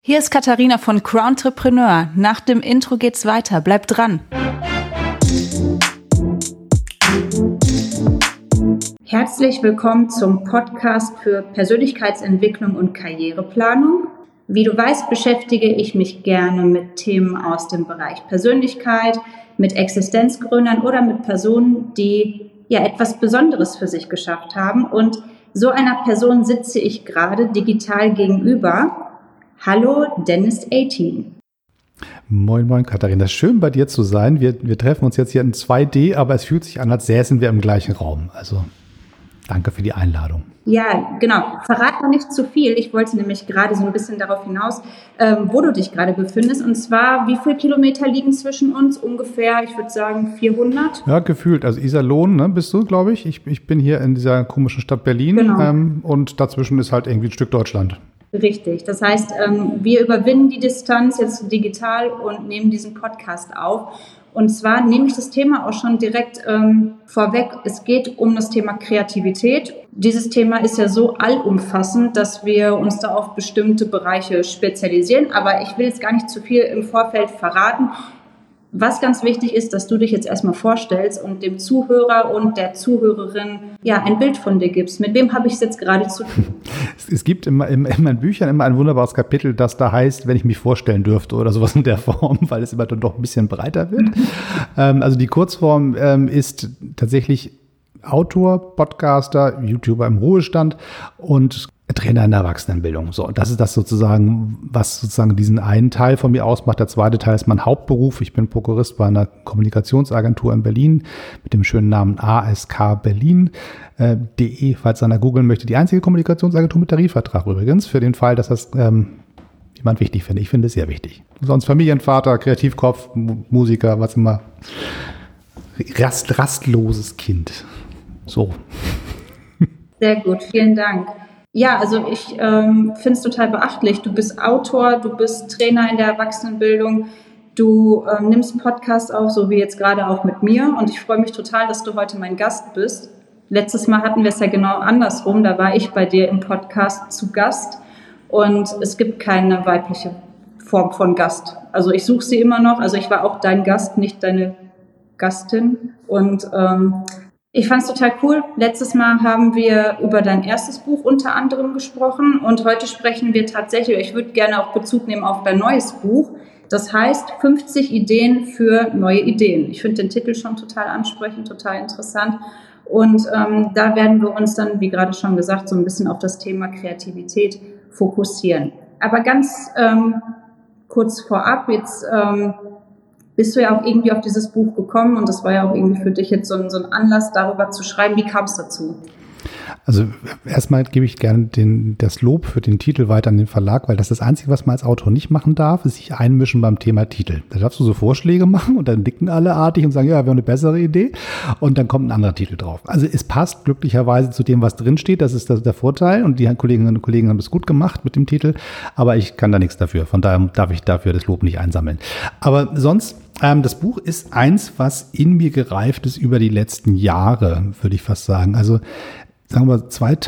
Hier ist Katharina von Crowntrepreneur. Nach dem Intro geht's weiter. Bleibt dran. Herzlich willkommen zum Podcast für Persönlichkeitsentwicklung und Karriereplanung. Wie du weißt, beschäftige ich mich gerne mit Themen aus dem Bereich Persönlichkeit, mit Existenzgründern oder mit Personen, die etwas Besonderes für sich geschafft haben. Und so einer Person sitze ich gerade digital gegenüber. Hallo, Dennis 18. Moin, moin, Katharina. Schön, bei dir zu sein. Wir treffen uns jetzt hier in 2D, aber es fühlt sich an, als säßen wir im gleichen Raum. Also, danke für die Einladung. Ja, genau. Verrat noch nicht zu viel. Ich wollte nämlich gerade so ein bisschen darauf hinaus, wo du dich gerade befindest. Und zwar, wie viele Kilometer liegen zwischen uns? Ungefähr, ich würde sagen, 400? Ja, gefühlt. Also Iserlohn, ne, bist du, glaube ich. Ich bin hier in dieser komischen Stadt Berlin. Genau. Und dazwischen ist halt irgendwie ein Stück Deutschland. Richtig. Das heißt, wir überwinden die Distanz jetzt digital und nehmen diesen Podcast auf. Und zwar nehme ich das Thema auch schon direkt vorweg. Es geht um das Thema Kreativität. Dieses Thema ist ja so allumfassend, dass wir uns da auf bestimmte Bereiche spezialisieren. Aber ich will jetzt gar nicht zu viel im Vorfeld verraten. Was ganz wichtig ist, dass du dich jetzt erstmal vorstellst und dem Zuhörer und der Zuhörerin ein Bild von dir gibst. Mit wem habe ich es jetzt gerade zu tun? Es gibt in meinen Büchern immer ein wunderbares Kapitel, das da heißt, wenn ich mich vorstellen dürfte oder sowas in der Form, weil es immer dann doch ein bisschen breiter wird. Also die Kurzform ist tatsächlich Autor, Podcaster, YouTuber im Ruhestand und Trainer in der Erwachsenenbildung. So, das ist das sozusagen, was sozusagen diesen einen Teil von mir ausmacht. Der zweite Teil ist mein Hauptberuf. Ich bin Prokurist bei einer Kommunikationsagentur in Berlin mit dem schönen Namen askberlin.de, falls einer googeln möchte. Die einzige Kommunikationsagentur mit Tarifvertrag übrigens, für den Fall, dass das jemand wichtig findet. Ich finde es sehr wichtig. Sonst Familienvater, Kreativkopf, Musiker, was immer. Rastloses Kind. So. Sehr gut, vielen Dank. Ja, also ich finde es total beachtlich. Du bist Autor, du bist Trainer in der Erwachsenenbildung, du nimmst Podcasts auf, so wie jetzt gerade auch mit mir. Und ich freue mich total, dass du heute mein Gast bist. Letztes Mal hatten wir es ja genau andersrum. Da war ich bei dir im Podcast zu Gast. Und es gibt keine weibliche Form von Gast. Also ich suche sie immer noch. Also ich war auch dein Gast, nicht deine Gastin. Und ich fand es total cool. Letztes Mal haben wir über dein erstes Buch unter anderem gesprochen und heute sprechen wir tatsächlich, ich würde gerne auch Bezug nehmen auf dein neues Buch. Das heißt 50 Ideen für neue Ideen. Ich finde den Titel schon total ansprechend, total interessant. Und da werden wir uns dann, wie gerade schon gesagt, so ein bisschen auf das Thema Kreativität fokussieren. Aber ganz kurz vorab, jetzt bist du ja auch irgendwie auf dieses Buch gekommen und das war ja auch irgendwie für dich jetzt so ein Anlass, darüber zu schreiben. Wie kam es dazu? Also erstmal gebe ich gerne das Lob für den Titel weiter an den Verlag, weil das ist das Einzige, was man als Autor nicht machen darf, ist sich einmischen beim Thema Titel. Da darfst du so Vorschläge machen und dann nicken alle artig und sagen, ja, wir haben eine bessere Idee und dann kommt ein anderer Titel drauf. Also es passt glücklicherweise zu dem, was drinsteht, das ist der Vorteil und die Kolleginnen und Kollegen haben das gut gemacht mit dem Titel, aber ich kann da nichts dafür, von daher darf ich dafür das Lob nicht einsammeln. Aber sonst, das Buch ist eins, was in mir gereift ist über die letzten Jahre, würde ich fast sagen. Also sagen wir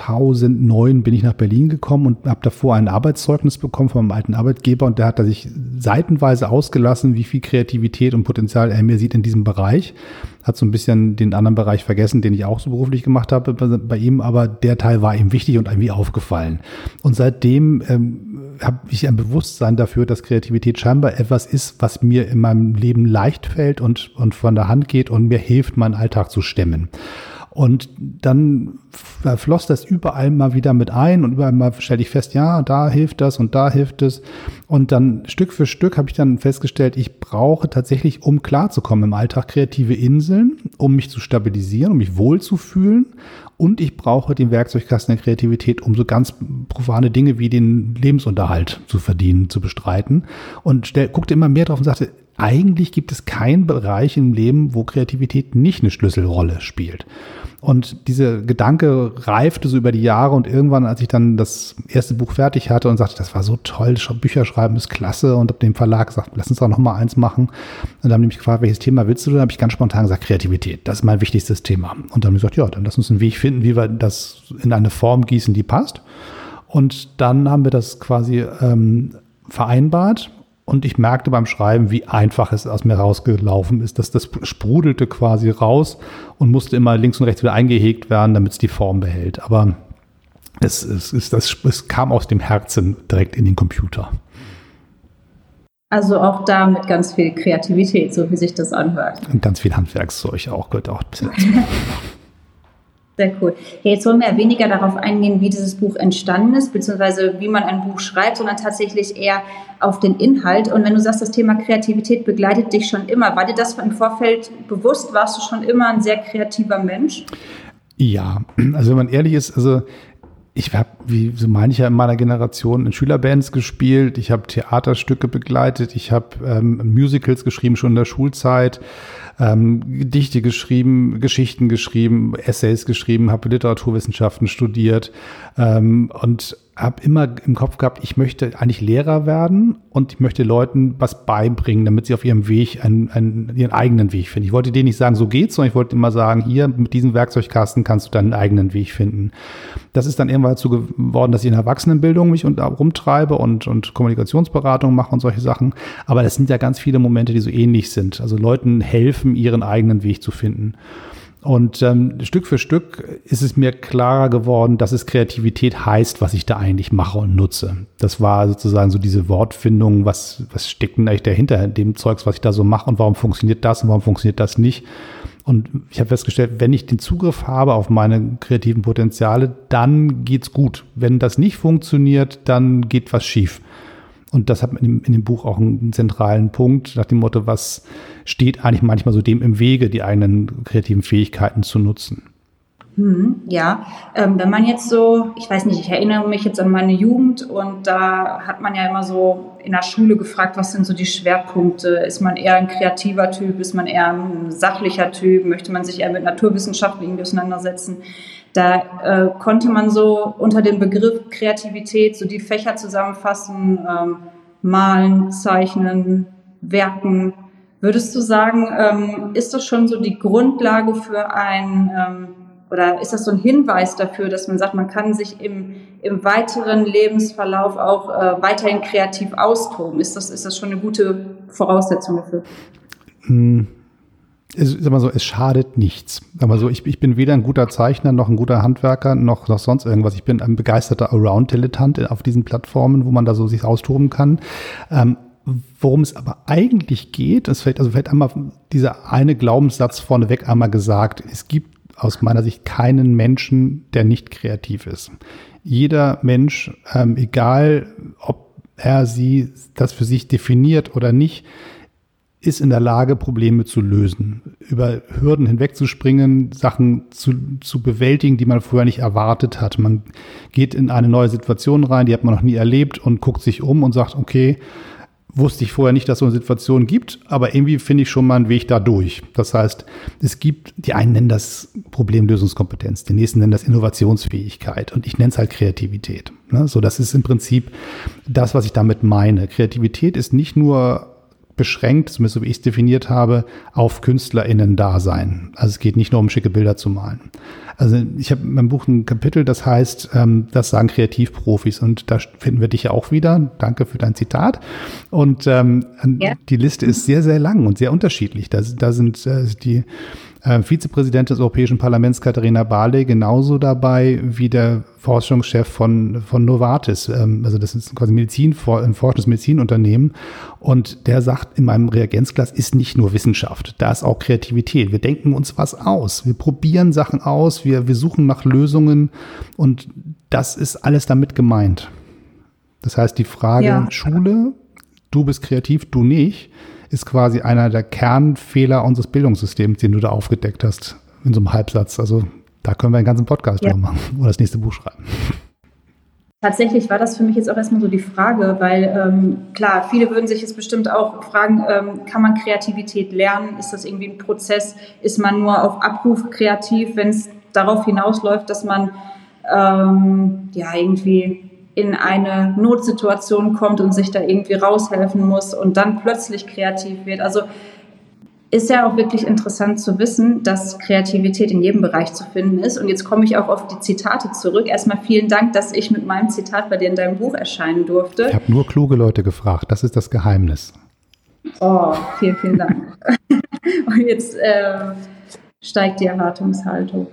2009 bin ich nach Berlin gekommen und habe davor ein Arbeitszeugnis bekommen von meinem alten Arbeitgeber und der hat da sich seitenweise ausgelassen, wie viel Kreativität und Potenzial er mir sieht in diesem Bereich. Hat so ein bisschen den anderen Bereich vergessen, den ich auch so beruflich gemacht habe bei ihm, aber der Teil war ihm wichtig und irgendwie aufgefallen. Und seitdem habe ich ein Bewusstsein dafür, dass Kreativität scheinbar etwas ist, was mir in meinem Leben leicht fällt und von der Hand geht und mir hilft, meinen Alltag zu stemmen. Und dann floss das überall mal wieder mit ein und überall mal stellte ich fest, ja, da hilft das und da hilft es. Und dann Stück für Stück habe ich dann festgestellt, ich brauche tatsächlich, um klarzukommen im Alltag, kreative Inseln, um mich zu stabilisieren, um mich wohlzufühlen. Und ich brauche den Werkzeugkasten der Kreativität, um so ganz profane Dinge wie den Lebensunterhalt zu verdienen, zu bestreiten. Und guckte immer mehr drauf und sagte, eigentlich gibt es keinen Bereich im Leben, wo Kreativität nicht eine Schlüsselrolle spielt. Und dieser Gedanke reifte so über die Jahre und irgendwann, als ich dann das erste Buch fertig hatte und sagte, das war so toll, Bücher schreiben ist klasse und habe dem Verlag gesagt, lass uns doch noch mal eins machen. Und dann haben die mich gefragt, welches Thema willst du? Dann habe ich ganz spontan gesagt, Kreativität, das ist mein wichtigstes Thema. Und dann haben wir gesagt, ja, dann lass uns einen Weg finden, wie wir das in eine Form gießen, die passt. Und dann haben wir das quasi vereinbart. Und ich merkte beim Schreiben, wie einfach es aus mir rausgelaufen ist, dass das sprudelte quasi raus und musste immer links und rechts wieder eingehegt werden, damit es die Form behält. Aber es kam aus dem Herzen direkt in den Computer. Also auch da mit ganz viel Kreativität, so wie sich das anhört. Und ganz viel Handwerkszeug auch, gehört auch ein bisschen dazu. Sehr cool. Ja, jetzt wollen wir ja weniger darauf eingehen, wie dieses Buch entstanden ist, beziehungsweise wie man ein Buch schreibt, sondern tatsächlich eher auf den Inhalt. Und wenn du sagst, das Thema Kreativität begleitet dich schon immer, war dir das im Vorfeld bewusst? Warst du schon immer ein sehr kreativer Mensch? Ja, also wenn man ehrlich ist, also ich habe, wie so mancher in meiner Generation, in Schülerbands gespielt, ich habe Theaterstücke begleitet, ich habe Musicals geschrieben, schon in der Schulzeit, Gedichte geschrieben, Geschichten geschrieben, Essays geschrieben, habe Literaturwissenschaften studiert und habe immer im Kopf gehabt, ich möchte eigentlich Lehrer werden und ich möchte Leuten was beibringen, damit sie auf ihrem Weg ihren eigenen Weg finden. Ich wollte denen nicht sagen, so geht's, sondern ich wollte immer sagen, hier mit diesem Werkzeugkasten kannst du deinen eigenen Weg finden. Das ist dann irgendwann dazu geworden, dass ich in Erwachsenenbildung mich rumtreibe und Kommunikationsberatung mache und solche Sachen. Aber das sind ja ganz viele Momente, die so ähnlich sind. Also Leuten helfen, ihren eigenen Weg zu finden. Und Stück für Stück ist es mir klarer geworden, dass es Kreativität heißt, was ich da eigentlich mache und nutze. Das war sozusagen so diese Wortfindung, was steckt denn eigentlich dahinter, dem Zeugs, was ich da so mache und warum funktioniert das und warum funktioniert das nicht. Und ich habe festgestellt, wenn ich den Zugriff habe auf meine kreativen Potenziale, dann geht's gut. Wenn das nicht funktioniert, dann geht was schief. Und das hat in dem Buch auch einen zentralen Punkt, nach dem Motto, was steht eigentlich manchmal so dem im Wege, die eigenen kreativen Fähigkeiten zu nutzen. Ja, wenn man jetzt so, ich weiß nicht, ich erinnere mich jetzt an meine Jugend und da hat man ja immer so in der Schule gefragt, was sind so die Schwerpunkte? Ist man eher ein kreativer Typ? Ist man eher ein sachlicher Typ? Möchte man sich eher mit Naturwissenschaften irgendwie auseinandersetzen? Da konnte man so unter dem Begriff Kreativität so die Fächer zusammenfassen, malen, zeichnen, werken. Würdest du sagen, ist das schon so die Grundlage für oder ist das so ein Hinweis dafür, dass man sagt, man kann sich im weiteren Lebensverlauf auch weiterhin kreativ austoben? Ist das schon eine gute Voraussetzung dafür? Sag mal so, es schadet nichts. Aber so, ich bin weder ein guter Zeichner, noch ein guter Handwerker, noch sonst irgendwas. Ich bin ein begeisterter Allround-Dilettant auf diesen Plattformen, wo man da so sich austoben kann. Worum es aber eigentlich geht, ist vielleicht einmal dieser eine Glaubenssatz vorneweg einmal gesagt. Es gibt aus meiner Sicht keinen Menschen, der nicht kreativ ist. Jeder Mensch, egal ob sie das für sich definiert oder nicht, ist in der Lage, Probleme zu lösen, über Hürden hinwegzuspringen, Sachen zu bewältigen, die man vorher nicht erwartet hat. Man geht in eine neue Situation rein, die hat man noch nie erlebt und guckt sich um und sagt, okay, wusste ich vorher nicht, dass es so eine Situation gibt, aber irgendwie finde ich schon mal einen Weg da durch. Das heißt, es gibt, die einen nennen das Problemlösungskompetenz, die nächsten nennen das Innovationsfähigkeit und ich nenne es halt Kreativität. So, das ist im Prinzip das, was ich damit meine. Kreativität ist nicht nur beschränkt, zumindest so wie ich es definiert habe, auf KünstlerInnen-Dasein. Also es geht nicht nur um schicke Bilder zu malen. Also ich habe in meinem Buch ein Kapitel, das heißt, das sagen Kreativprofis und da finden wir dich ja auch wieder. Danke für dein Zitat. Und Die Liste ist sehr, sehr lang und sehr unterschiedlich. Da sind die Vizepräsidentin des Europäischen Parlaments Katharina Barley genauso dabei wie der Forschungschef von Novartis. Also das ist quasi ein forschendes Medizinunternehmen. Und der sagt, in meinem Reagenzglas ist nicht nur Wissenschaft, da ist auch Kreativität. Wir denken uns was aus. Wir probieren Sachen aus. Wir suchen nach Lösungen. Und das ist alles damit gemeint. Das heißt, die Frage Schule, du bist kreativ, du nicht, ist quasi einer der Kernfehler unseres Bildungssystems, den du da aufgedeckt hast, in so einem Halbsatz. Also da können wir einen ganzen Podcast drüber machen oder das nächste Buch schreiben. Tatsächlich war das für mich jetzt auch erstmal so die Frage, weil klar, viele würden sich jetzt bestimmt auch fragen, kann man Kreativität lernen? Ist das irgendwie ein Prozess? Ist man nur auf Abruf kreativ, wenn es darauf hinausläuft, dass man irgendwie in eine Notsituation kommt und sich da irgendwie raushelfen muss und dann plötzlich kreativ wird. Also ist ja auch wirklich interessant zu wissen, dass Kreativität in jedem Bereich zu finden ist. Und jetzt komme ich auch auf die Zitate zurück. Erstmal vielen Dank, dass ich mit meinem Zitat bei dir in deinem Buch erscheinen durfte. Ich habe nur kluge Leute gefragt. Das ist das Geheimnis. Oh, vielen, vielen Dank. Und jetzt steigt die Erwartungshaltung.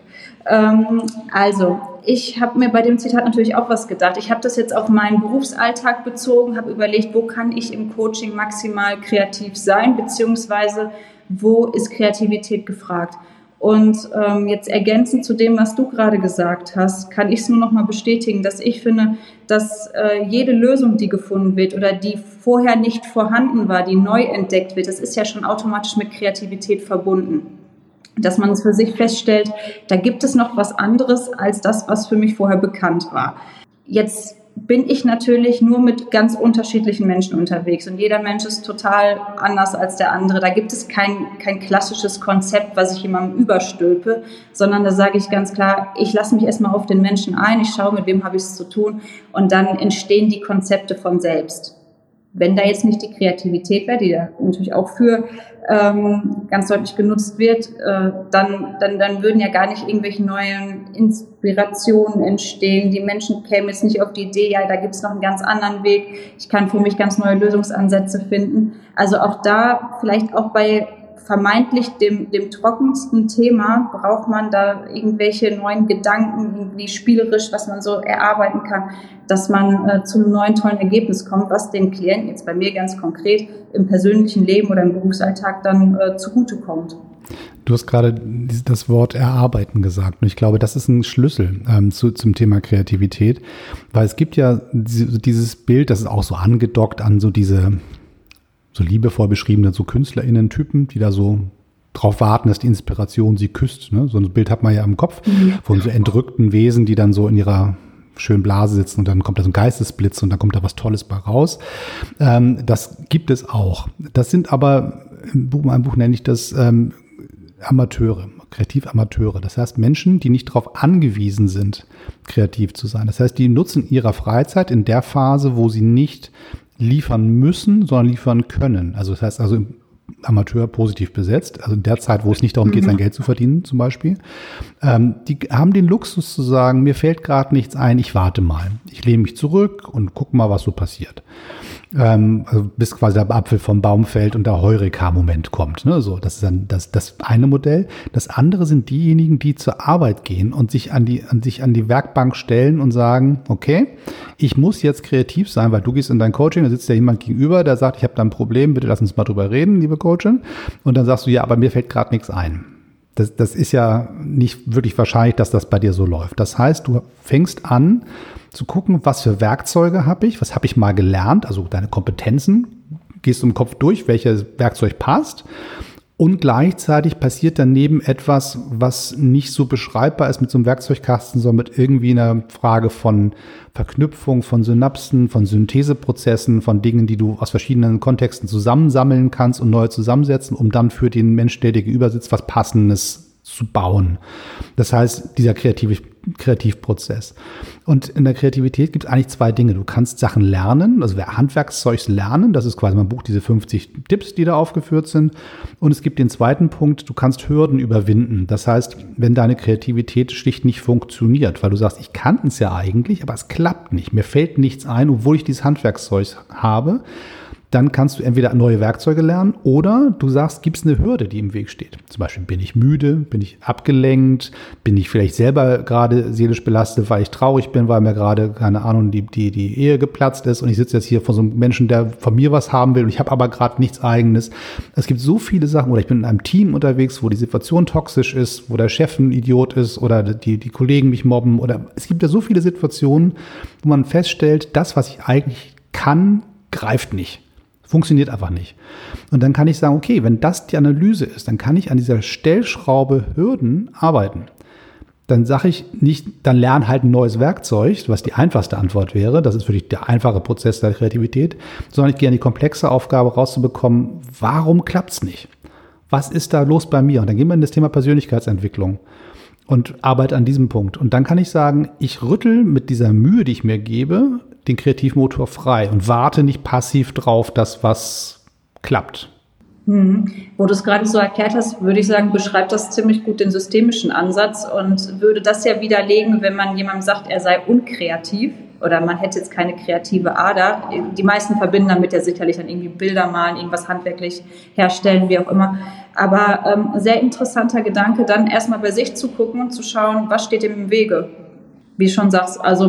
Also, ich habe mir bei dem Zitat natürlich auch was gedacht. Ich habe das jetzt auf meinen Berufsalltag bezogen, habe überlegt, wo kann ich im Coaching maximal kreativ sein, beziehungsweise wo ist Kreativität gefragt. Und jetzt ergänzend zu dem, was du gerade gesagt hast, kann ich es nur noch mal bestätigen, dass ich finde, dass jede Lösung, die gefunden wird oder die vorher nicht vorhanden war, die neu entdeckt wird, das ist ja schon automatisch mit Kreativität verbunden. Dass man es für sich feststellt, da gibt es noch was anderes als das, was für mich vorher bekannt war. Jetzt bin ich natürlich nur mit ganz unterschiedlichen Menschen unterwegs und jeder Mensch ist total anders als der andere. Da gibt es kein klassisches Konzept, was ich jemandem überstülpe, sondern da sage ich ganz klar, ich lasse mich erstmal auf den Menschen ein, ich schaue, mit wem habe ich es zu tun und dann entstehen die Konzepte von selbst. Wenn da jetzt nicht die Kreativität wäre, die da natürlich auch für ganz deutlich genutzt wird, dann würden ja gar nicht irgendwelche neuen Inspirationen entstehen. Die Menschen kämen jetzt nicht auf die Idee, ja, da gibt es noch einen ganz anderen Weg. Ich kann für mich ganz neue Lösungsansätze finden. Also auch da, vielleicht auch bei vermeintlich dem trockensten Thema, braucht man da irgendwelche neuen Gedanken, irgendwie spielerisch, was man so erarbeiten kann, dass man zu einem neuen, tollen Ergebnis kommt, was dem Klienten jetzt bei mir ganz konkret im persönlichen Leben oder im Berufsalltag dann zugutekommt. Du hast gerade das Wort erarbeiten gesagt und ich glaube, das ist ein Schlüssel zum Thema Kreativität, weil es gibt ja dieses Bild, das ist auch so angedockt an so diese so liebevoll beschriebene so KünstlerInnen-Typen, die da so drauf warten, dass die Inspiration sie küsst. Ne? So ein Bild hat man ja im Kopf von so entrückten Wesen, die dann so in ihrer schönen Blase sitzen und dann kommt da so ein Geistesblitz und dann kommt da was Tolles bei raus. Das gibt es auch. Das sind aber, in meinem Buch nenne ich das Amateure, Kreativamateure. Das heißt Menschen, die nicht darauf angewiesen sind, kreativ zu sein. Das heißt, die nutzen ihre Freizeit in der Phase, wo sie nicht liefern müssen, sondern liefern können. Also das heißt also Amateur positiv besetzt, also in der Zeit, wo es nicht darum geht, sein Geld zu verdienen zum Beispiel. Die haben den Luxus zu sagen, mir fällt gerade nichts ein, ich warte mal. Ich lehne mich zurück und gucke mal, was so passiert. Also bis quasi der Apfel vom Baum fällt und der Heureka-Moment kommt. Ne? So, das ist dann das eine Modell. Das andere sind diejenigen, die zur Arbeit gehen und sich an die Werkbank stellen und sagen, okay, ich muss jetzt kreativ sein, weil du gehst in dein Coaching, da sitzt ja jemand gegenüber, der sagt, ich habe da ein Problem, bitte lass uns mal drüber reden, liebe Coachin. Und dann sagst du, ja, aber mir fällt gerade nichts ein. Das ist ja nicht wirklich wahrscheinlich, dass das bei dir so läuft. Das heißt, du fängst an zu gucken, was für Werkzeuge habe ich, was habe ich mal gelernt, also deine Kompetenzen, gehst du im Kopf durch, welches Werkzeug passt und gleichzeitig passiert daneben etwas, was nicht so beschreibbar ist mit so einem Werkzeugkasten, sondern mit irgendwie einer Frage von Verknüpfung, von Synapsen, von Syntheseprozessen, von Dingen, die du aus verschiedenen Kontexten zusammensammeln kannst und neu zusammensetzen, um dann für den Menschen, der dir gegenüber sitzt, was Passendes zu bauen. Das heißt, dieser Kreativprozess. Und in der Kreativität gibt es eigentlich zwei Dinge. Du kannst Sachen lernen, also Handwerkszeugs lernen. Das ist quasi mein Buch, diese 50 Tipps, die da aufgeführt sind. Und es gibt den zweiten Punkt, du kannst Hürden überwinden. Das heißt, wenn deine Kreativität schlicht nicht funktioniert, weil du sagst, ich kann es ja eigentlich, aber es klappt nicht. Mir fällt nichts ein, obwohl ich dieses Handwerkszeug habe. Dann kannst du entweder neue Werkzeuge lernen oder du sagst, gibt es eine Hürde, die im Weg steht. Zum Beispiel bin ich müde, bin ich abgelenkt, bin ich vielleicht selber gerade seelisch belastet, weil ich traurig bin, weil mir gerade, keine Ahnung, die Ehe geplatzt ist und ich sitze jetzt hier vor so einem Menschen, der von mir was haben will und ich habe aber gerade nichts Eigenes. Es gibt so viele Sachen, oder ich bin in einem Team unterwegs, wo die Situation toxisch ist, wo der Chef ein Idiot ist oder die Kollegen mich mobben oder es gibt ja so viele Situationen, wo man feststellt, das, was ich eigentlich kann, greift nicht. Funktioniert einfach nicht. Und dann kann ich sagen, okay, wenn das die Analyse ist, dann kann ich an dieser Stellschraube Hürden arbeiten. Dann sage ich nicht, dann lern halt ein neues Werkzeug, was die einfachste Antwort wäre. Das ist für dich der einfache Prozess der Kreativität. Sondern ich gehe an die komplexe Aufgabe rauszubekommen, warum klappt es nicht? Was ist da los bei mir? Und dann gehen wir in das Thema Persönlichkeitsentwicklung und arbeite an diesem Punkt. Und dann kann ich sagen, ich rüttel mit dieser Mühe, die ich mir gebe, den Kreativmotor frei und warte nicht passiv drauf, dass was klappt. Wo du es gerade so erklärt hast, würde ich sagen, beschreibt das ziemlich gut den systemischen Ansatz und würde das ja widerlegen, wenn man jemandem sagt, er sei unkreativ oder man hätte jetzt keine kreative Ader. Die meisten verbinden damit ja sicherlich dann irgendwie Bilder malen, irgendwas handwerklich herstellen, wie auch immer. Aber sehr interessanter Gedanke, dann erstmal bei sich zu gucken und zu schauen, was steht dem im Wege. Wie du schon sagst, also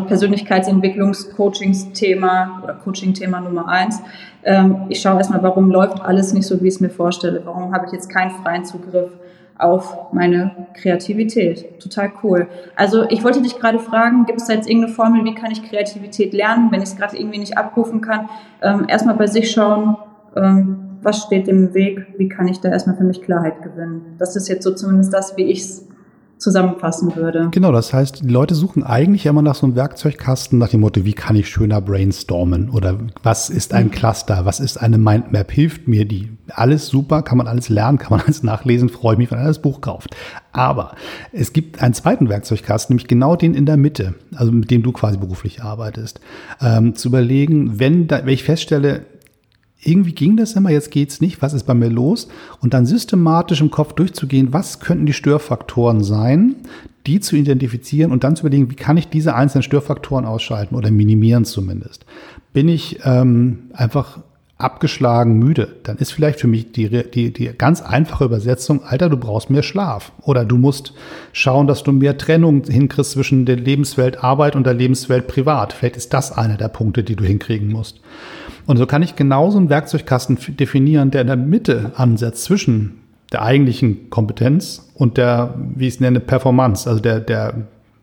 Persönlichkeitsentwicklungs-Coachings-Thema oder Coaching-Thema Nummer 1. Ich schaue erstmal, warum läuft alles nicht so, wie ich es mir vorstelle. Warum habe ich jetzt keinen freien Zugriff auf meine Kreativität? Total cool. Also ich wollte dich gerade fragen, gibt es da jetzt irgendeine Formel, wie kann ich Kreativität lernen, wenn ich es gerade irgendwie nicht abrufen kann? Erstmal bei sich schauen, was steht im Weg, wie kann ich da erstmal für mich Klarheit gewinnen? Das ist jetzt so zumindest das, wie ich es zusammenfassen würde. Genau, das heißt, die Leute suchen eigentlich immer nach so einem Werkzeugkasten nach dem Motto, wie kann ich schöner brainstormen oder was ist ein Cluster, was ist eine Mindmap, hilft mir die? Alles super, kann man alles lernen, kann man alles nachlesen, freue ich mich, wenn einer das Buch kauft. Aber es gibt einen zweiten Werkzeugkasten, nämlich genau den in der Mitte, also mit dem du quasi beruflich arbeitest, zu überlegen, wenn ich feststelle, irgendwie ging das immer, jetzt geht's nicht, was ist bei mir los? Und dann systematisch im Kopf durchzugehen, was könnten die Störfaktoren sein, die zu identifizieren und dann zu überlegen, wie kann ich diese einzelnen Störfaktoren ausschalten oder minimieren zumindest. Bin ich einfach abgeschlagen, müde, dann ist vielleicht für mich die ganz einfache Übersetzung, Alter, du brauchst mehr Schlaf. Oder du musst schauen, dass du mehr Trennung hinkriegst zwischen der Lebenswelt Arbeit und der Lebenswelt Privat. Vielleicht ist das einer der Punkte, die du hinkriegen musst. Und so kann ich genauso einen Werkzeugkasten definieren, der in der Mitte ansetzt zwischen der eigentlichen Kompetenz und der, wie ich es nenne, Performance, also der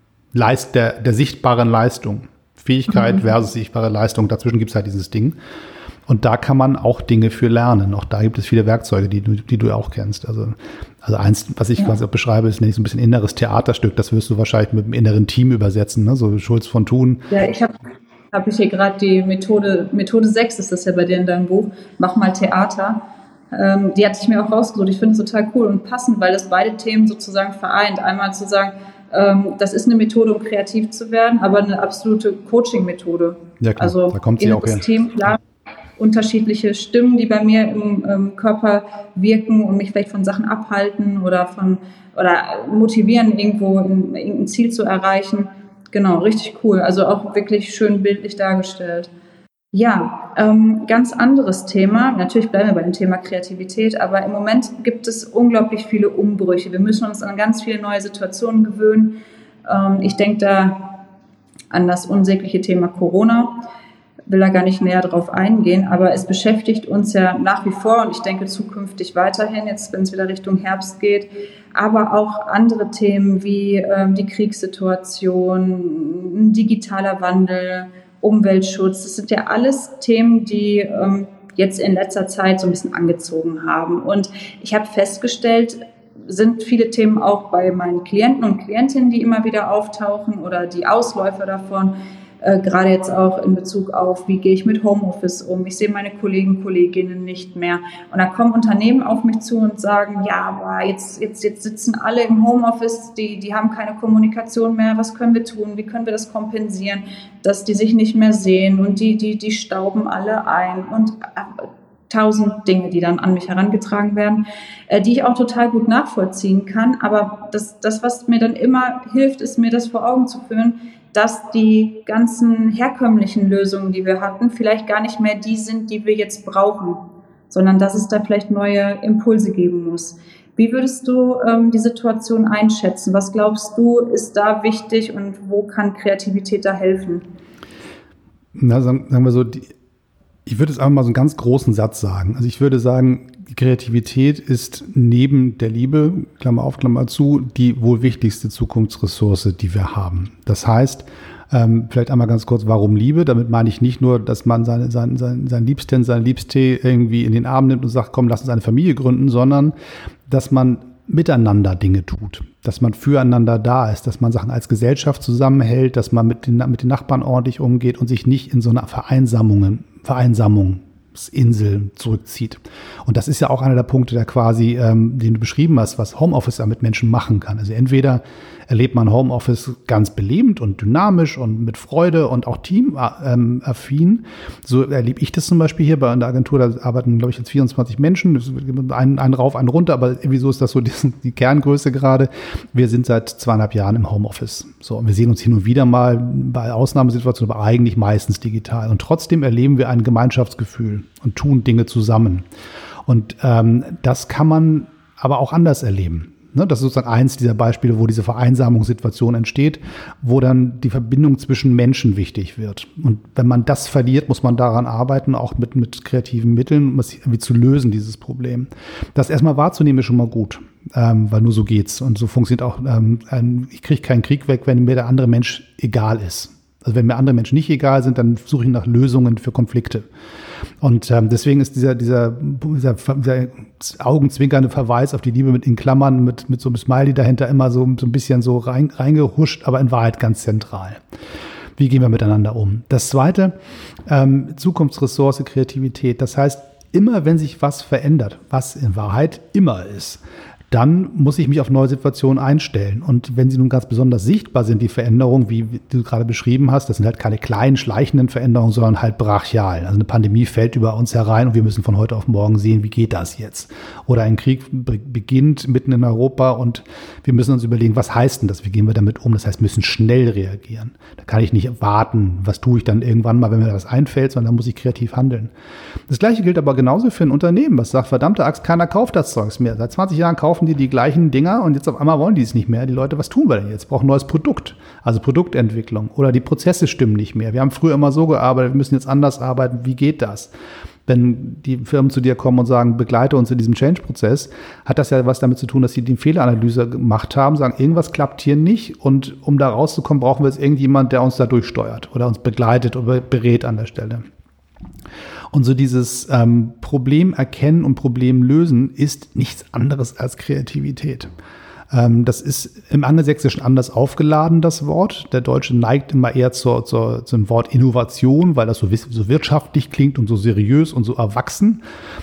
sichtbaren Leistung. Fähigkeit versus sichtbare Leistung. Dazwischen gibt es halt dieses Ding. Und da kann man auch Dinge für lernen. Auch da gibt es viele Werkzeuge, die du auch kennst. Also eins, was ich quasi auch beschreibe, ist nämlich so ein bisschen inneres Theaterstück. Das wirst du wahrscheinlich mit dem inneren Team übersetzen, ne? So Schulz von Thun. Ja, ich habe hier gerade die Methode 6 ist das ja bei dir in deinem Buch, Mach mal Theater. Die hatte ich mir auch rausgesucht. Ich finde es total cool und passend, weil das beide Themen sozusagen vereint. Einmal zu sagen, das ist eine Methode, um kreativ zu werden, aber eine absolute Coaching-Methode. Ja, klar, also da kommt sie auch her. Team, klar, unterschiedliche Stimmen, die bei mir im Körper wirken und mich vielleicht von Sachen abhalten oder motivieren, irgendwo irgendein Ziel zu erreichen. Genau, richtig cool. Also auch wirklich schön bildlich dargestellt. Ja, ganz anderes Thema. Natürlich bleiben wir bei dem Thema Kreativität, aber im Moment gibt es unglaublich viele Umbrüche. Wir müssen uns an ganz viele neue Situationen gewöhnen. Ich denke da an das unsägliche Thema Corona. Will da gar nicht näher drauf eingehen, aber es beschäftigt uns ja nach wie vor und ich denke zukünftig weiterhin, jetzt wenn es wieder Richtung Herbst geht, aber auch andere Themen wie die Kriegssituation, digitaler Wandel, Umweltschutz. Das sind ja alles Themen, die jetzt in letzter Zeit so ein bisschen angezogen haben. Und ich habe festgestellt, sind viele Themen auch bei meinen Klienten und Klientinnen, die immer wieder auftauchen oder die Ausläufer davon, gerade jetzt auch in Bezug auf, wie gehe ich mit Homeoffice um. Ich sehe meine Kolleginnen nicht mehr. Und da kommen Unternehmen auf mich zu und sagen, ja, aber jetzt sitzen alle im Homeoffice, die haben keine Kommunikation mehr. Was können wir tun? Wie können wir das kompensieren, dass die sich nicht mehr sehen und die stauben alle ein und 1000 Dinge, die dann an mich herangetragen werden, die ich auch total gut nachvollziehen kann. Aber das, was mir dann immer hilft, ist mir das vor Augen zu führen, dass die ganzen herkömmlichen Lösungen, die wir hatten, vielleicht gar nicht mehr die sind, die wir jetzt brauchen, sondern dass es da vielleicht neue Impulse geben muss. Wie würdest du die Situation einschätzen? Was glaubst du, ist da wichtig und wo kann Kreativität da helfen? Na, sagen wir so, ich würde jetzt einfach mal so einen ganz großen Satz sagen. Also ich würde sagen, die Kreativität ist neben der Liebe, Klammer auf, Klammer zu, die wohl wichtigste Zukunftsressource, die wir haben. Das heißt, vielleicht einmal ganz kurz, warum Liebe? Damit meine ich nicht nur, dass man sein Liebsten, sein Liebste irgendwie in den Arm nimmt und sagt, komm, lass uns eine Familie gründen, sondern dass man miteinander Dinge tut, dass man füreinander da ist, dass man Sachen als Gesellschaft zusammenhält, dass man mit den Nachbarn ordentlich umgeht und sich nicht in so einer Vereinsamung Überlebensinsel zurückzieht. Und das ist ja auch einer der Punkte, der quasi, den du beschrieben hast, was Homeoffice ja mit Menschen machen kann. Also entweder erlebt man Homeoffice ganz belebend und dynamisch und mit Freude und auch teamaffin. So erlebe ich das zum Beispiel hier bei einer Agentur, da arbeiten, glaube ich, jetzt 24 Menschen, einen rauf, einen runter, aber irgendwie so ist das so die Kerngröße gerade. Wir sind seit 2,5 Jahren im Homeoffice. So, und wir sehen uns hin und wieder mal bei Ausnahmesituationen, aber eigentlich meistens digital. Und trotzdem erleben wir ein Gemeinschaftsgefühl und tun Dinge zusammen. Und das kann man aber auch anders erleben. Das ist sozusagen eins dieser Beispiele, wo diese Vereinsamungssituation entsteht, wo dann die Verbindung zwischen Menschen wichtig wird. Und wenn man das verliert, muss man daran arbeiten, auch mit kreativen Mitteln, um es irgendwie zu lösen, dieses Problem. Das erstmal wahrzunehmen ist schon mal gut, weil nur so geht's. Und so funktioniert auch, ich kriege keinen Krieg weg, wenn mir der andere Mensch egal ist. Also wenn mir andere Menschen nicht egal sind, dann suche ich nach Lösungen für Konflikte. Und deswegen ist dieser augenzwinkernde Verweis auf die Liebe in Klammern mit so einem Smiley dahinter immer so ein bisschen so reingehuscht, aber in Wahrheit ganz zentral. Wie gehen wir miteinander um? Das Zweite, Zukunftsressource, Kreativität. Das heißt, immer wenn sich was verändert, was in Wahrheit immer ist, dann muss ich mich auf neue Situationen einstellen. Und wenn sie nun ganz besonders sichtbar sind, die Veränderungen, wie du gerade beschrieben hast, das sind halt keine kleinen, schleichenden Veränderungen, sondern halt brachial. Also eine Pandemie fällt über uns herein und wir müssen von heute auf morgen sehen, wie geht das jetzt? Oder ein Krieg beginnt mitten in Europa und wir müssen uns überlegen, was heißt denn das? Wie gehen wir damit um? Das heißt, wir müssen schnell reagieren. Da kann ich nicht warten, was tue ich dann irgendwann mal, wenn mir das einfällt, sondern da muss ich kreativ handeln. Das Gleiche gilt aber genauso für ein Unternehmen, was sagt, verdammte Axt, keiner kauft das Zeugs mehr. Seit 20 Jahren kaufen die gleichen Dinger und jetzt auf einmal wollen die es nicht mehr. Die Leute, was tun wir denn jetzt? Wir brauchen ein neues Produkt, also Produktentwicklung oder die Prozesse stimmen nicht mehr. Wir haben früher immer so gearbeitet, wir müssen jetzt anders arbeiten. Wie geht das? Wenn die Firmen zu dir kommen und sagen, begleite uns in diesem Change-Prozess, hat das ja was damit zu tun, dass sie die Fehleranalyse gemacht haben, sagen, irgendwas klappt hier nicht und um da rauszukommen, brauchen wir jetzt irgendjemand, der uns da durchsteuert oder uns begleitet oder berät an der Stelle. Und so dieses Problem erkennen und Problem lösen ist nichts anderes als Kreativität. Das ist im Angelsächsischen anders aufgeladen, das Wort. Der Deutsche neigt immer eher zum Wort Innovation, weil das so wirtschaftlich klingt und so seriös und so erwachsen.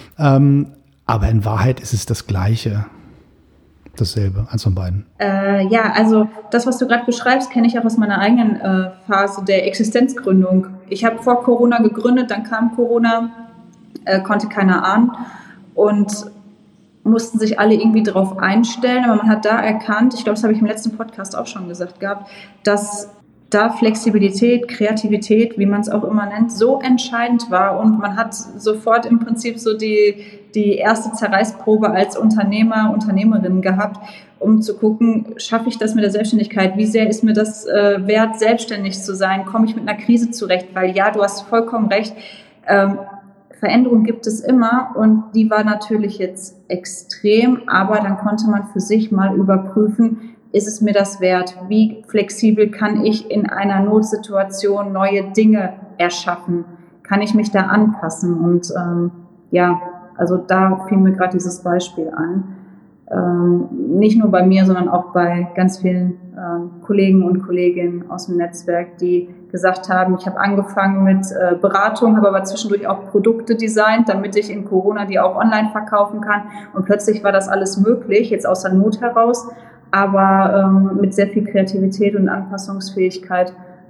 Aber in Wahrheit ist es das Gleiche. Dasselbe, eins von beiden. Ja, also das, was du gerade beschreibst, kenne ich auch aus meiner eigenen Phase der Existenzgründung. Ich habe vor Corona gegründet, dann kam Corona, konnte keiner ahnen und mussten sich alle irgendwie darauf einstellen. Aber man hat da erkannt, ich glaube, das habe ich im letzten Podcast auch schon gesagt gehabt, dass da Flexibilität, Kreativität, wie man es auch immer nennt, so entscheidend war und man hat sofort im Prinzip so die erste Zerreißprobe als Unternehmer, Unternehmerin gehabt, um zu gucken, schaffe ich das mit der Selbstständigkeit? Wie sehr ist mir das wert, selbstständig zu sein? Komme ich mit einer Krise zurecht? Weil ja, du hast vollkommen recht, Veränderung gibt es immer und die war natürlich jetzt extrem, aber dann konnte man für sich mal überprüfen, ist es mir das wert? Wie flexibel kann ich in einer Notsituation neue Dinge erschaffen? Kann ich mich da anpassen? Und ja, also da fiel mir gerade dieses Beispiel ein. Nicht nur bei mir, sondern auch bei ganz vielen Kollegen und Kolleginnen aus dem Netzwerk, die gesagt haben, ich habe angefangen mit Beratung, habe aber zwischendurch auch Produkte designt, damit ich in Corona die auch online verkaufen kann. Und plötzlich war das alles möglich, jetzt aus der Not heraus. Aber mit sehr viel Kreativität und Anpassungsfähigkeit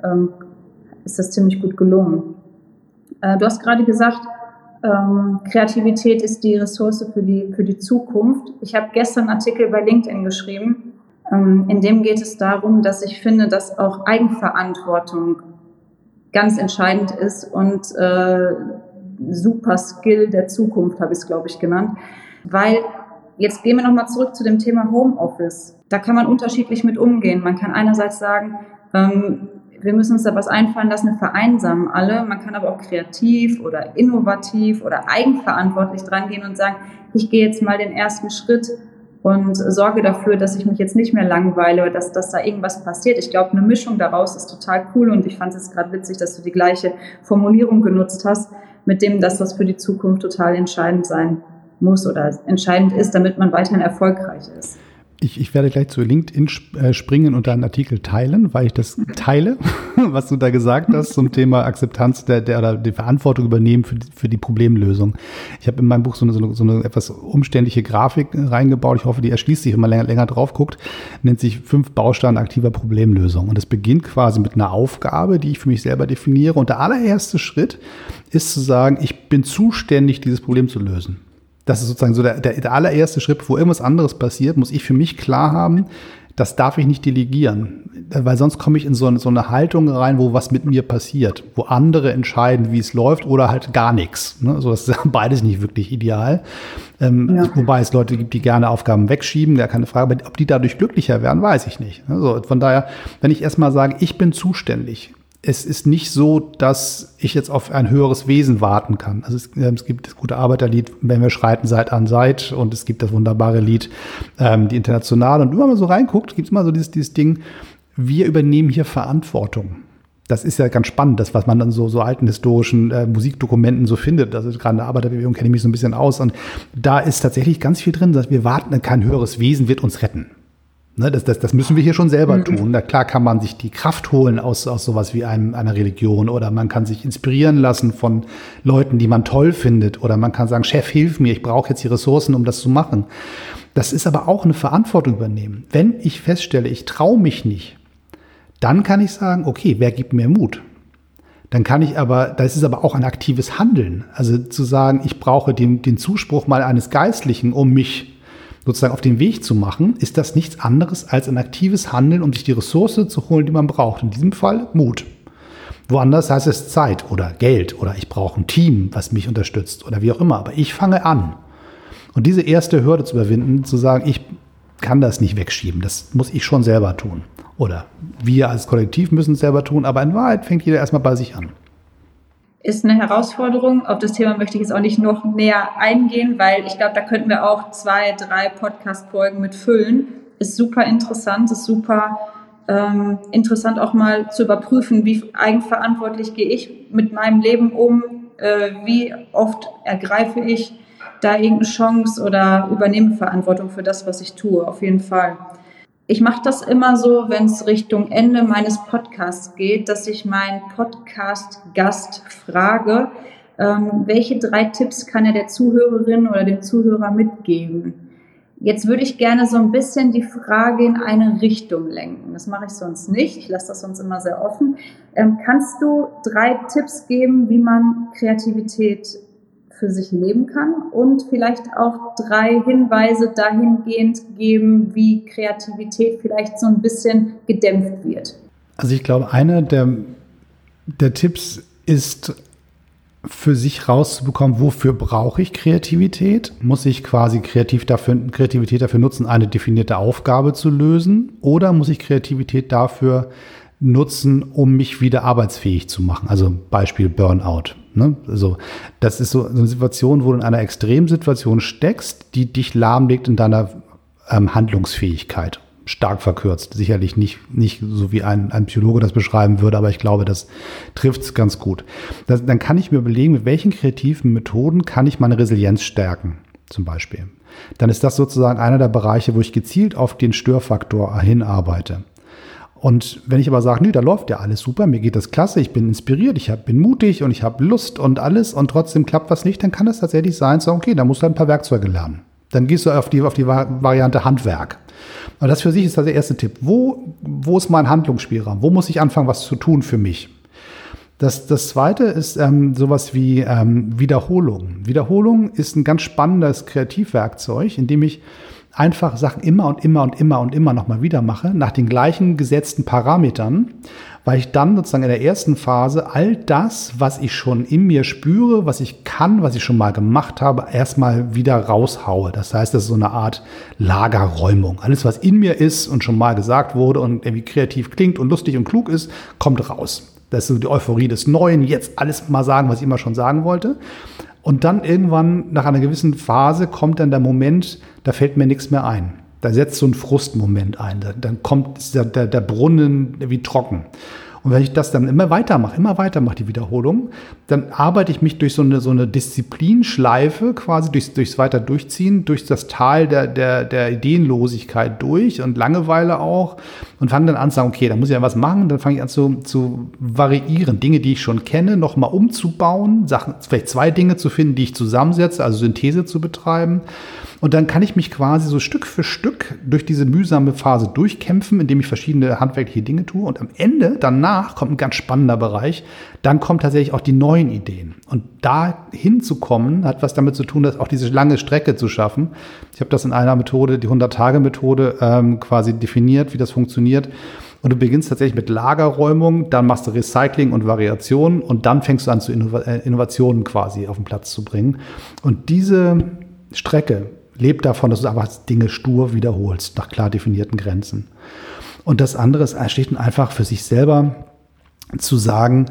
ist das ziemlich gut gelungen. Du hast gerade gesagt, Kreativität ist die Ressource für die Zukunft. Ich habe gestern einen Artikel bei LinkedIn geschrieben, in dem geht es darum, dass ich finde, dass auch Eigenverantwortung ganz entscheidend ist und super Skill der Zukunft, habe ich es, glaube ich, genannt. Weil, jetzt gehen wir nochmal zurück zu dem Thema Homeoffice. Da kann man unterschiedlich mit umgehen. Man kann einerseits sagen, wir müssen uns da was einfallen lassen, wir vereinsamen alle. Man kann aber auch kreativ oder innovativ oder eigenverantwortlich dran gehen und sagen, ich gehe jetzt mal den ersten Schritt und sorge dafür, dass ich mich jetzt nicht mehr langweile, dass da irgendwas passiert. Ich glaube, eine Mischung daraus ist total cool und ich fand es gerade witzig, dass du die gleiche Formulierung genutzt hast, mit dem, dass das für die Zukunft total entscheidend sein muss oder entscheidend ist, damit man weiterhin erfolgreich ist. Ich werde gleich zu LinkedIn springen und da einen Artikel teilen, weil ich das teile, was du da gesagt hast zum Thema Akzeptanz oder die Verantwortung übernehmen für die Problemlösung. Ich habe in meinem Buch so eine etwas umständliche Grafik reingebaut. Ich hoffe, die erschließt sich, wenn man länger drauf guckt. Nennt sich 5 Bausteine aktiver Problemlösung. Und es beginnt quasi mit einer Aufgabe, die ich für mich selber definiere. Und der allererste Schritt ist zu sagen, ich bin zuständig, dieses Problem zu lösen. Das ist sozusagen so der allererste Schritt, bevor irgendwas anderes passiert, muss ich für mich klar haben, das darf ich nicht delegieren. Weil sonst komme ich in so eine Haltung rein, wo was mit mir passiert, wo andere entscheiden, wie es läuft oder halt gar nichts. Ne? Also das ist beides nicht wirklich ideal. Wobei es Leute gibt, die gerne Aufgaben wegschieben, gar keine Frage. Aber ob die dadurch glücklicher werden, weiß ich nicht. Also von daher, wenn ich erstmal sage, ich bin zuständig, es ist nicht so, dass ich jetzt auf ein höheres Wesen warten kann. Also es gibt das gute Arbeiterlied, wenn wir schreiten Seit an Seit, und es gibt das wunderbare Lied, die Internationale. Und wenn man so reinguckt, gibt es immer so dieses Ding, wir übernehmen hier Verantwortung. Das ist ja ganz spannend, das, was man dann so alten historischen Musikdokumenten so findet. Also gerade in der Arbeiterbewegung kenne ich mich so ein bisschen aus. Und da ist tatsächlich ganz viel drin, dass wir warten, kein höheres Wesen wird uns retten. Ne, das müssen wir hier schon selber tun. Na klar kann man sich die Kraft holen aus sowas wie einer Religion, oder man kann sich inspirieren lassen von Leuten, die man toll findet, oder man kann sagen, Chef, hilf mir, ich brauche jetzt die Ressourcen, um das zu machen. Das ist aber auch eine Verantwortung übernehmen. Wenn ich feststelle, ich traue mich nicht, dann kann ich sagen, okay, wer gibt mir Mut? Dann kann ich das ist aber auch ein aktives Handeln. Also zu sagen, ich brauche den Zuspruch mal eines Geistlichen, um mich sozusagen auf den Weg zu machen, ist das nichts anderes als ein aktives Handeln, um sich die Ressource zu holen, die man braucht. In diesem Fall Mut. Woanders heißt es Zeit oder Geld oder ich brauche ein Team, was mich unterstützt oder wie auch immer. Aber ich fange an. Und diese erste Hürde zu überwinden, zu sagen, ich kann das nicht wegschieben, das muss ich schon selber tun. Oder wir als Kollektiv müssen es selber tun, aber in Wahrheit fängt jeder erstmal bei sich an. Ist eine Herausforderung. Auf das Thema möchte ich jetzt auch nicht noch näher eingehen, weil ich glaube, da könnten wir auch 2, 3 Podcast-Folgen mit füllen. Ist super interessant, ist super interessant auch mal zu überprüfen, wie eigenverantwortlich gehe ich mit meinem Leben um, wie oft ergreife ich da irgendeine Chance oder übernehme Verantwortung für das, was ich tue, auf jeden Fall. Ich mache das immer so, wenn es Richtung Ende meines Podcasts geht, dass ich meinen Podcast-Gast frage, welche 3 Tipps kann er der Zuhörerin oder dem Zuhörer mitgeben? Jetzt würde ich gerne so ein bisschen die Frage in eine Richtung lenken. Das mache ich sonst nicht. Ich lasse das sonst immer sehr offen. Kannst du 3 Tipps geben, wie man Kreativität für sich leben kann, und vielleicht auch 3 Hinweise dahingehend geben, wie Kreativität vielleicht so ein bisschen gedämpft wird? Also ich glaube, einer der Tipps ist, für sich rauszubekommen, wofür brauche ich Kreativität? Muss ich quasi Kreativität dafür nutzen, eine definierte Aufgabe zu lösen? Oder muss ich Kreativität dafür nutzen, um mich wieder arbeitsfähig zu machen? Also Beispiel Burnout. Ne? Also das ist so eine Situation, wo du in einer Extremsituation steckst, die dich lahmlegt in deiner Handlungsfähigkeit. Stark verkürzt. Sicherlich nicht so wie ein Psychologe das beschreiben würde, aber ich glaube, das trifft es ganz gut. Dann kann ich mir überlegen, mit welchen kreativen Methoden kann ich meine Resilienz stärken, zum Beispiel. Dann ist das sozusagen einer der Bereiche, wo ich gezielt auf den Störfaktor hinarbeite. Und wenn ich aber sage, da läuft ja alles super, mir geht das klasse, ich bin inspiriert, bin mutig und ich habe Lust und alles, und trotzdem klappt was nicht, dann kann es tatsächlich sein, so okay, da musst du ein paar Werkzeuge lernen. Dann gehst du auf die Variante Handwerk. Und das für sich ist der erste Tipp. Wo ist mein Handlungsspielraum? Wo muss ich anfangen, was zu tun für mich? Das zweite ist sowas wie Wiederholung. Wiederholung ist ein ganz spannendes Kreativwerkzeug, in dem ich einfach Sachen immer und immer nochmal wieder mache, nach den gleichen gesetzten Parametern, weil ich dann sozusagen in der ersten Phase all das, was ich schon in mir spüre, was ich kann, was ich schon mal gemacht habe, erstmal wieder raushaue. Das heißt, das ist so eine Art Lagerräumung. Alles, was in mir ist und schon mal gesagt wurde und irgendwie kreativ klingt und lustig und klug ist, kommt raus. Das ist so die Euphorie des Neuen, jetzt alles mal sagen, was ich immer schon sagen wollte. Und dann irgendwann nach einer gewissen Phase kommt dann der Moment, da fällt mir nichts mehr ein. Da setzt so ein Frustmoment ein. Dann kommt der Brunnen wie trocken. Und wenn ich das dann immer weitermache, die Wiederholung, dann arbeite ich mich durch so eine Disziplinschleife quasi durchs weiter Durchziehen, durch das Tal der Ideenlosigkeit durch und Langeweile auch und fange dann an zu sagen, okay, da muss ich ja was machen. Dann fange ich an zu variieren, Dinge, die ich schon kenne, nochmal umzubauen, vielleicht 2 Dinge zu finden, die ich zusammensetze, also Synthese zu betreiben. Und dann kann ich mich quasi so Stück für Stück durch diese mühsame Phase durchkämpfen, indem ich verschiedene handwerkliche Dinge tue. Und am Ende, danach, kommt ein ganz spannender Bereich. Dann kommen tatsächlich auch die neuen Ideen. Und da hinzukommen, hat was damit zu tun, dass auch diese lange Strecke zu schaffen. Ich habe das in einer Methode, die 100-Tage-Methode, quasi definiert, wie das funktioniert. Und du beginnst tatsächlich mit Lagerräumung, dann machst du Recycling und Variation und dann fängst du an, zu Innovationen quasi auf den Platz zu bringen. Und diese Strecke lebt davon, dass du einfach Dinge stur wiederholst, nach klar definierten Grenzen. Und das andere ist schlicht und einfach für sich selber zu sagen,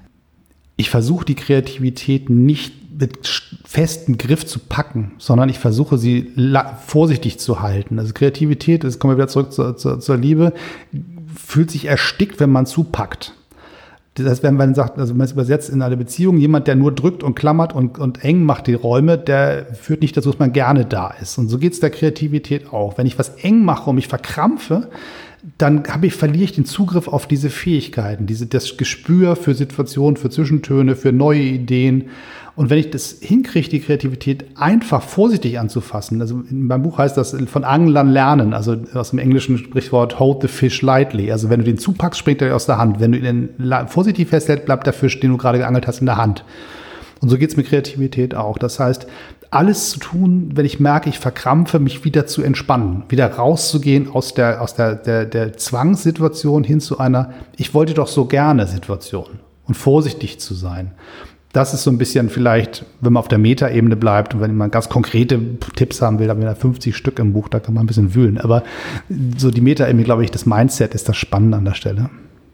ich versuche die Kreativität nicht mit festem Griff zu packen, sondern ich versuche sie vorsichtig zu halten. Also Kreativität, jetzt kommen wir wieder zurück zur Liebe, fühlt sich erstickt, wenn man zupackt. Das heißt, wenn man sagt, also man ist übersetzt in einer Beziehung, jemand, der nur drückt und klammert und eng macht die Räume, der führt nicht dazu, dass man gerne da ist. Und so geht es der Kreativität auch. Wenn ich was eng mache und mich verkrampfe, dann verliere ich den Zugriff auf diese Fähigkeiten, das Gespür für Situationen, für Zwischentöne, für neue Ideen. Und wenn ich das hinkriege, die Kreativität einfach vorsichtig anzufassen, also in meinem Buch heißt das von Anglern lernen, also aus dem englischen Sprichwort hold the fish lightly. Also wenn du den zupackst, springt er aus der Hand. Wenn du ihn vorsichtig festhältst, bleibt der Fisch, den du gerade geangelt hast, in der Hand. Und so geht es mit Kreativität auch. Das heißt, alles zu tun, wenn ich merke, ich verkrampfe, mich wieder zu entspannen, wieder rauszugehen aus der Zwangssituation hin zu einer ich wollte doch so gerne Situation und vorsichtig zu sein. Das ist so ein bisschen vielleicht, wenn man auf der Metaebene bleibt und wenn man ganz konkrete Tipps haben will, da haben wir 50 Stück im Buch, da kann man ein bisschen wühlen. Aber so die Metaebene, glaube ich, das Mindset ist das Spannende an der Stelle.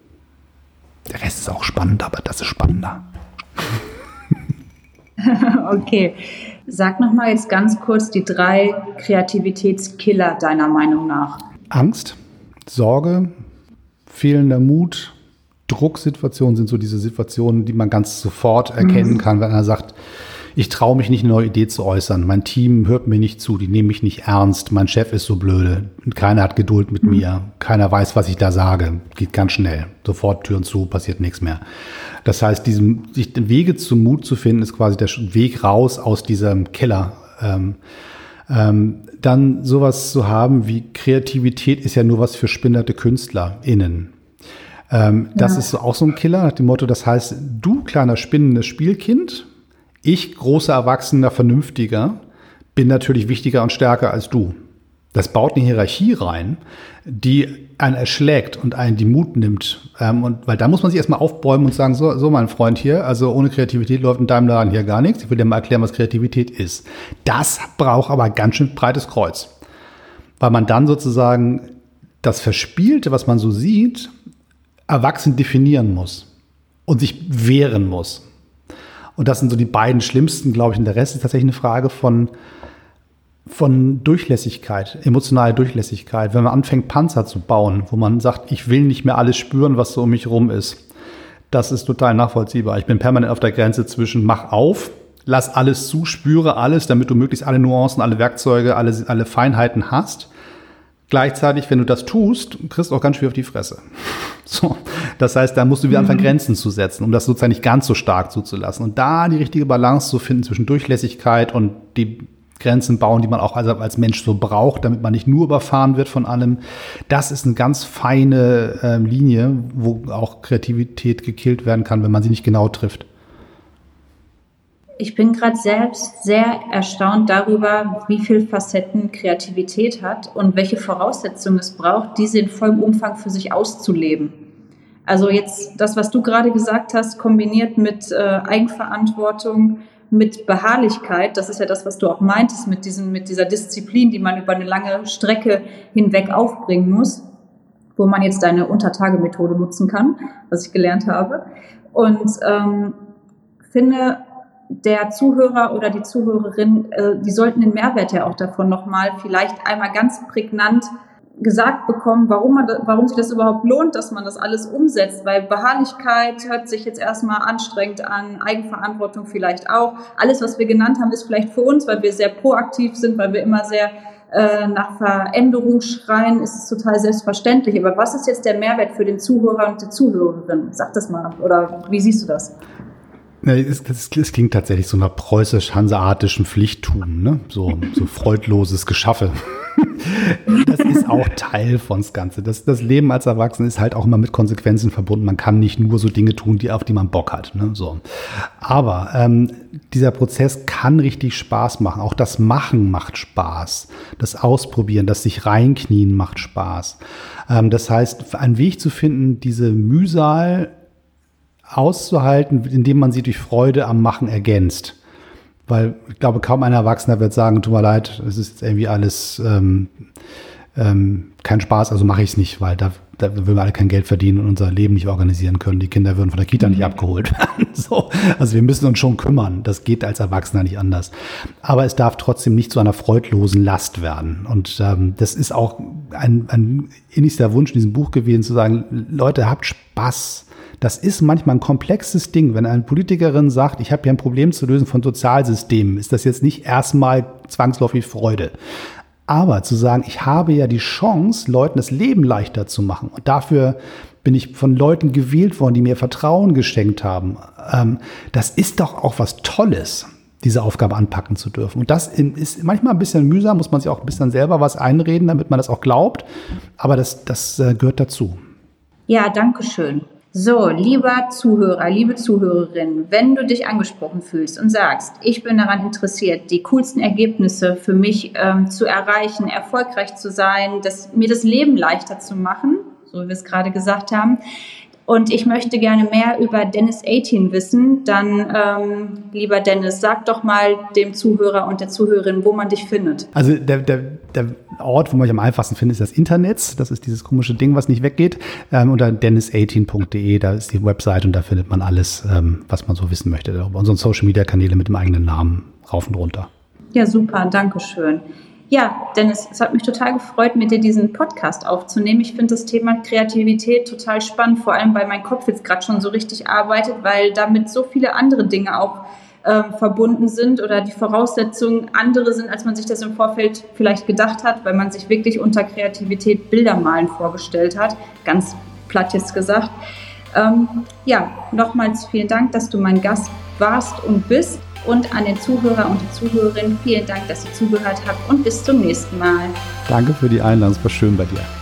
Der Rest ist auch spannend, aber das ist spannender. Okay. Sag noch mal jetzt ganz kurz die 3 Kreativitätskiller deiner Meinung nach. Angst, Sorge, fehlender Mut, Drucksituationen sind so diese Situationen, die man ganz sofort erkennen kann, wenn er sagt, ich traue mich nicht, eine neue Idee zu äußern. Mein Team hört mir nicht zu, die nehmen mich nicht ernst. Mein Chef ist so blöde. Keiner hat Geduld mit mir. Keiner weiß, was ich da sage. Geht ganz schnell. Sofort Türen zu, passiert nichts mehr. Das heißt, sich den Wege zum Mut zu finden, ist quasi der Weg raus aus diesem Keller. Dann sowas zu haben wie Kreativität ist ja nur was für spinnerte KünstlerInnen. Das ist auch so ein Killer nach dem Motto, das heißt, du kleiner spinnendes Spielkind, ich großer Erwachsener, Vernünftiger, bin natürlich wichtiger und stärker als du. Das baut eine Hierarchie rein, die einen erschlägt und einen die Mut nimmt. Weil da muss man sich erstmal aufbäumen und sagen, so mein Freund hier, also ohne Kreativität läuft in deinem Laden hier gar nichts. Ich will dir mal erklären, was Kreativität ist. Das braucht aber ganz schön breites Kreuz. Weil man dann sozusagen das Verspielte, was man so sieht, erwachsen definieren muss und sich wehren muss. Und das sind so die beiden schlimmsten, glaube ich. Und der Rest ist tatsächlich eine Frage von Durchlässigkeit, emotionale Durchlässigkeit. Wenn man anfängt, Panzer zu bauen, wo man sagt, ich will nicht mehr alles spüren, was so um mich rum ist. Das ist total nachvollziehbar. Ich bin permanent auf der Grenze zwischen mach auf, lass alles zu, spüre alles, damit du möglichst alle Nuancen, alle Werkzeuge, alle Feinheiten hast. Gleichzeitig, wenn du das tust, kriegst du auch ganz schwer auf die Fresse. So, das heißt, da musst du wieder anfangen, Grenzen zu setzen, um das sozusagen nicht ganz so stark zuzulassen. Und da die richtige Balance zu finden zwischen Durchlässigkeit und die Grenzen bauen, die man auch als Mensch so braucht, damit man nicht nur überfahren wird von allem. Das ist eine ganz feine Linie, wo auch Kreativität gekillt werden kann, wenn man sie nicht genau trifft. Ich bin gerade selbst sehr erstaunt darüber, wie viele Facetten Kreativität hat und welche Voraussetzungen es braucht, diese in vollem Umfang für sich auszuleben. Also jetzt das, was du gerade gesagt hast, kombiniert mit Eigenverantwortung, mit Beharrlichkeit, das ist ja das, was du auch meintest, mit dieser Disziplin, die man über eine lange Strecke hinweg aufbringen muss, wo man jetzt deine Untertagemethode nutzen kann, was ich gelernt habe. Und finde, der Zuhörer oder die Zuhörerin, die sollten den Mehrwert ja auch davon nochmal vielleicht einmal ganz prägnant gesagt bekommen, warum sich das überhaupt lohnt, dass man das alles umsetzt, weil Beharrlichkeit hört sich jetzt erstmal anstrengend an, Eigenverantwortung vielleicht auch. Alles, was wir genannt haben, ist vielleicht für uns, weil wir sehr proaktiv sind, weil wir immer sehr nach Veränderung schreien, ist es total selbstverständlich. Aber was ist jetzt der Mehrwert für den Zuhörer und die Zuhörerin? Sag das mal. Oder wie siehst du das? Es klingt tatsächlich so nach preußisch-hanseatischen Pflichttum, ne? So freudloses Geschaffe. Das ist auch Teil von das Ganze. Das Leben als Erwachsener ist halt auch immer mit Konsequenzen verbunden. Man kann nicht nur so Dinge tun, auf die man Bock hat. Ne? So. Aber dieser Prozess kann richtig Spaß machen. Auch das Machen macht Spaß. Das Ausprobieren, das sich reinknien macht Spaß. Das heißt, einen Weg zu finden, diese Mühsal auszuhalten, indem man sie durch Freude am Machen ergänzt. Weil ich glaube, kaum ein Erwachsener wird sagen, tut mir leid, es ist jetzt irgendwie alles kein Spaß, also mache ich es nicht, weil da würden wir alle kein Geld verdienen und unser Leben nicht organisieren können. Die Kinder würden von der Kita nicht abgeholt werden. So, also wir müssen uns schon kümmern. Das geht als Erwachsener nicht anders. Aber es darf trotzdem nicht zu einer freudlosen Last werden. Und das ist auch ein innigster Wunsch in diesem Buch gewesen, zu sagen, Leute, habt Spaß. Das ist manchmal ein komplexes Ding. Wenn eine Politikerin sagt, ich habe hier ein Problem zu lösen von Sozialsystemen, ist das jetzt nicht erstmal zwangsläufig Freude. Aber zu sagen, ich habe ja die Chance, Leuten das Leben leichter zu machen. Und dafür bin ich von Leuten gewählt worden, die mir Vertrauen geschenkt haben. Das ist doch auch was Tolles, diese Aufgabe anpacken zu dürfen. Und das ist manchmal ein bisschen mühsam, muss man sich auch ein bisschen selber was einreden, damit man das auch glaubt. Aber das gehört dazu. Ja, danke schön. So, lieber Zuhörer, liebe Zuhörerin, wenn du dich angesprochen fühlst und sagst, ich bin daran interessiert, die coolsten Ergebnisse für mich zu erreichen, erfolgreich zu sein, mir das Leben leichter zu machen, so wie wir es gerade gesagt haben, und ich möchte gerne mehr über Dennis 18 wissen, dann, lieber Dennis, sag doch mal dem Zuhörer und der Zuhörerin, wo man dich findet. Also der Ort, wo man mich am einfachsten findet, ist das Internet. Das ist dieses komische Ding, was nicht weggeht. Unter dennis18.de, da ist die Website und da findet man alles, was man so wissen möchte. Über unseren Social-Media-Kanäle mit dem eigenen Namen rauf und runter. Ja, super, danke schön. Ja, Dennis, es hat mich total gefreut, mit dir diesen Podcast aufzunehmen. Ich finde das Thema Kreativität total spannend, vor allem weil mein Kopf jetzt gerade schon so richtig arbeitet, weil damit so viele andere Dinge auch verbunden sind oder die Voraussetzungen andere sind, als man sich das im Vorfeld vielleicht gedacht hat, weil man sich wirklich unter Kreativität Bildermalen vorgestellt hat, ganz platt jetzt gesagt. Ja, nochmals vielen Dank, dass du mein Gast warst und bist. Und an den Zuhörer und die Zuhörerin, vielen Dank, dass ihr zugehört habt und bis zum nächsten Mal. Danke für die Einladung, es war schön bei dir.